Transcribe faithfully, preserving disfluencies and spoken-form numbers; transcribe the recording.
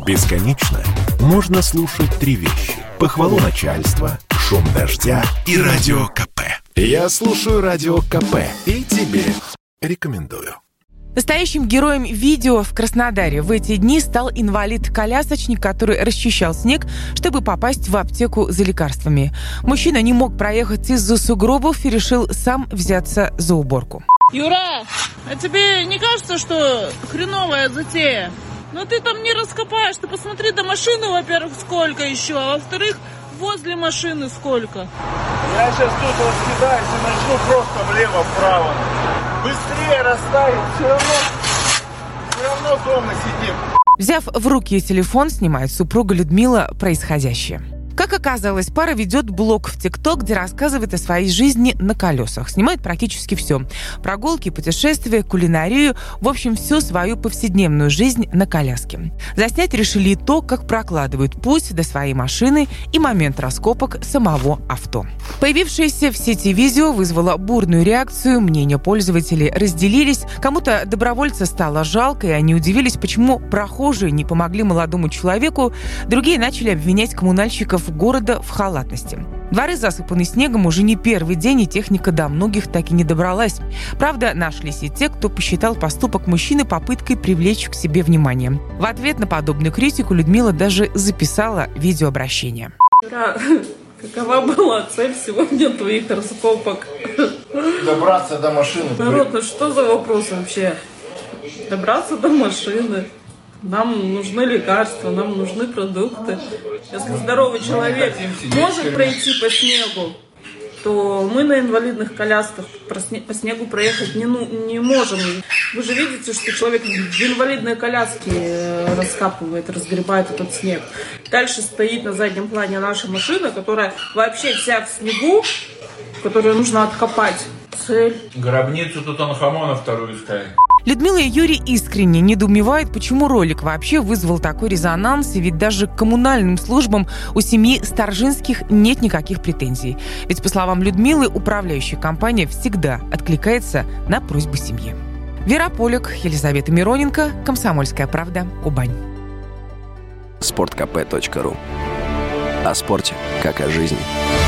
Бесконечно можно слушать три вещи: похвалу начальства, шум дождя и радио КП. Я слушаю радио КП и тебе рекомендую. Настоящим героем видео в Краснодаре в эти дни стал инвалид-колясочник, который расчищал снег, чтобы попасть в аптеку за лекарствами. Мужчина не мог проехать из-за сугробов и решил сам взяться за уборку. Юра, а тебе не кажется, что хреновая затея? Ну ты там не раскопаешь, ты посмотри, до машины, во-первых, сколько еще, а во-вторых, возле машины сколько. Я сейчас тут раскидаюсь и начну просто влево-вправо. Быстрее растает, все равно, все равно дома сидим. Взяв в руки телефон, снимает супруга Людмила происходящее. Как оказалось, пара ведет блог в ТикТок, где рассказывает о своей жизни на колесах. Снимает практически все. Прогулки, путешествия, кулинарию. В общем, всю свою повседневную жизнь на коляске. Заснять решили и то, как прокладывают путь до своей машины и момент раскопок самого авто. Появившееся в сети видео вызвало бурную реакцию. Мнения пользователей разделились. Кому-то добровольца стало жалко, и они удивились, почему прохожие не помогли молодому человеку. Другие начали обвинять коммунальщиков города в халатности. Дворы засыпаны снегом уже не первый день, и техника до многих так и не добралась. Правда, нашлись и те, кто посчитал поступок мужчины попыткой привлечь к себе внимание. В ответ на подобную критику Людмила даже записала видеообращение. Юра, какова была цель сегодня твоих раскопок? Добраться до машины. Народ, ну что за вопрос вообще? Добраться до машины. Нам нужны лекарства, нам нужны продукты. Если здоровый человек может пройти по снегу, то мы на инвалидных колясках по снегу проехать не, ну, не можем. Вы же видите, что человек в инвалидной коляске раскапывает, разгребает этот снег. Дальше стоит на заднем плане наша машина, которая вообще вся в снегу, которую нужно откопать. Цель. Гробницу Тутанхамона вторую искали. Людмила и Юрий искренне недоумевают, почему ролик вообще вызвал такой резонанс, и ведь даже к коммунальным службам у семьи Старжинских нет никаких претензий. Ведь, по словам Людмилы, управляющая компания всегда откликается на просьбы семьи. Вера Полик, Елизавета Мироненко, «Комсомольская правда», Кубань. спорт кэ пэ точка ру. О спорте, как о жизни.